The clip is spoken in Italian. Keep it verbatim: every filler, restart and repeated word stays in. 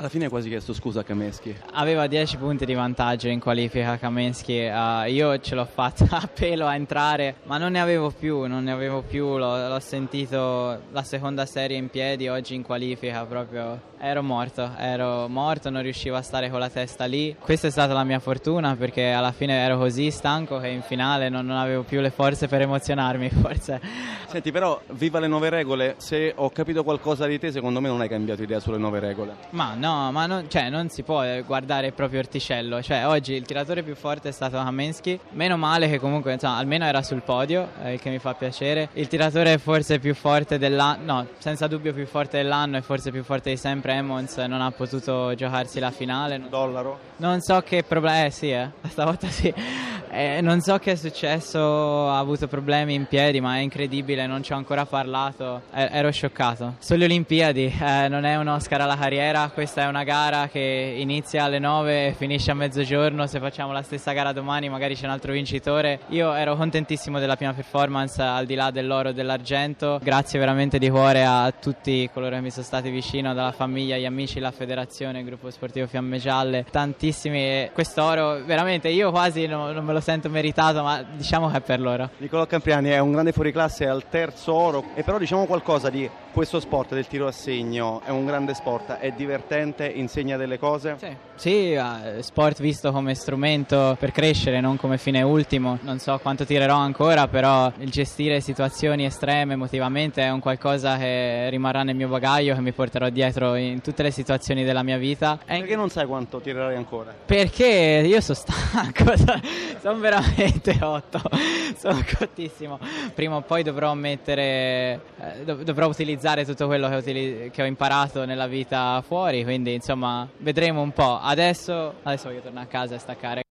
Alla fine hai quasi chiesto scusa a Kamensky. Aveva dieci punti di vantaggio in qualifica Kamensky, uh, io ce l'ho fatta a pelo a entrare, ma non ne avevo più, non ne avevo più, l'ho, l'ho sentito la seconda serie in piedi oggi in qualifica, proprio ero morto, ero morto, non riuscivo a stare con la testa lì. Questa è stata la mia fortuna, perché alla fine ero così stanco che in finale non, non avevo più le forze per emozionarmi, forse. Senti, però, viva le nuove regole, se ho capito qualcosa di te, secondo me non hai cambiato idea sulle nuove regole. Ma no, ma non, cioè, non si può guardare il proprio orticello, cioè oggi il tiratore più forte è stato Kamensky, meno male che comunque insomma, almeno era sul podio, eh, che mi fa piacere. Il tiratore forse più forte dell'anno, no, senza dubbio più forte dell'anno e forse più forte di sempre, Emmons, non ha potuto giocarsi la finale. Dollaro? Non so che problema, eh sì, eh, stavolta sì. Eh, non so che è successo, ha avuto problemi in piedi, ma è incredibile, non ci ho ancora parlato, eh, ero scioccato. Sulle Olimpiadi, eh, non è un Oscar alla carriera, questa è una gara che inizia alle nove e finisce a mezzogiorno, se facciamo la stessa gara domani magari c'è un altro vincitore. Io ero contentissimo della prima performance, al di là dell'oro e dell'argento, grazie veramente di cuore a tutti coloro che mi sono stati vicino, dalla famiglia, gli amici, la federazione, il gruppo sportivo Fiamme Gialle, tantissimi, e quest'oro veramente io quasi no, non me lo sento meritato, ma diciamo che è per loro. Nicolò Campriani è un grande fuoriclasse al terzo oro, e però diciamo qualcosa di questo sport del tiro a segno, è un grande sport, è divertente, insegna delle cose? Sì, sì, eh, sport visto come strumento per crescere, non come fine ultimo. Non so quanto tirerò ancora, però il gestire situazioni estreme emotivamente è un qualcosa che rimarrà nel mio bagaglio, che mi porterò dietro in tutte le situazioni della mia vita. Perché non sai quanto tirerai ancora? Perché io sono stanco, sono veramente otto, sono cottissimo. Prima o poi dovrò mettere, eh, dov- dovrò utilizzare tutto quello che, utili- che ho imparato nella vita fuori, quindi insomma vedremo un po'. Adesso, adesso voglio tornare a casa e staccare.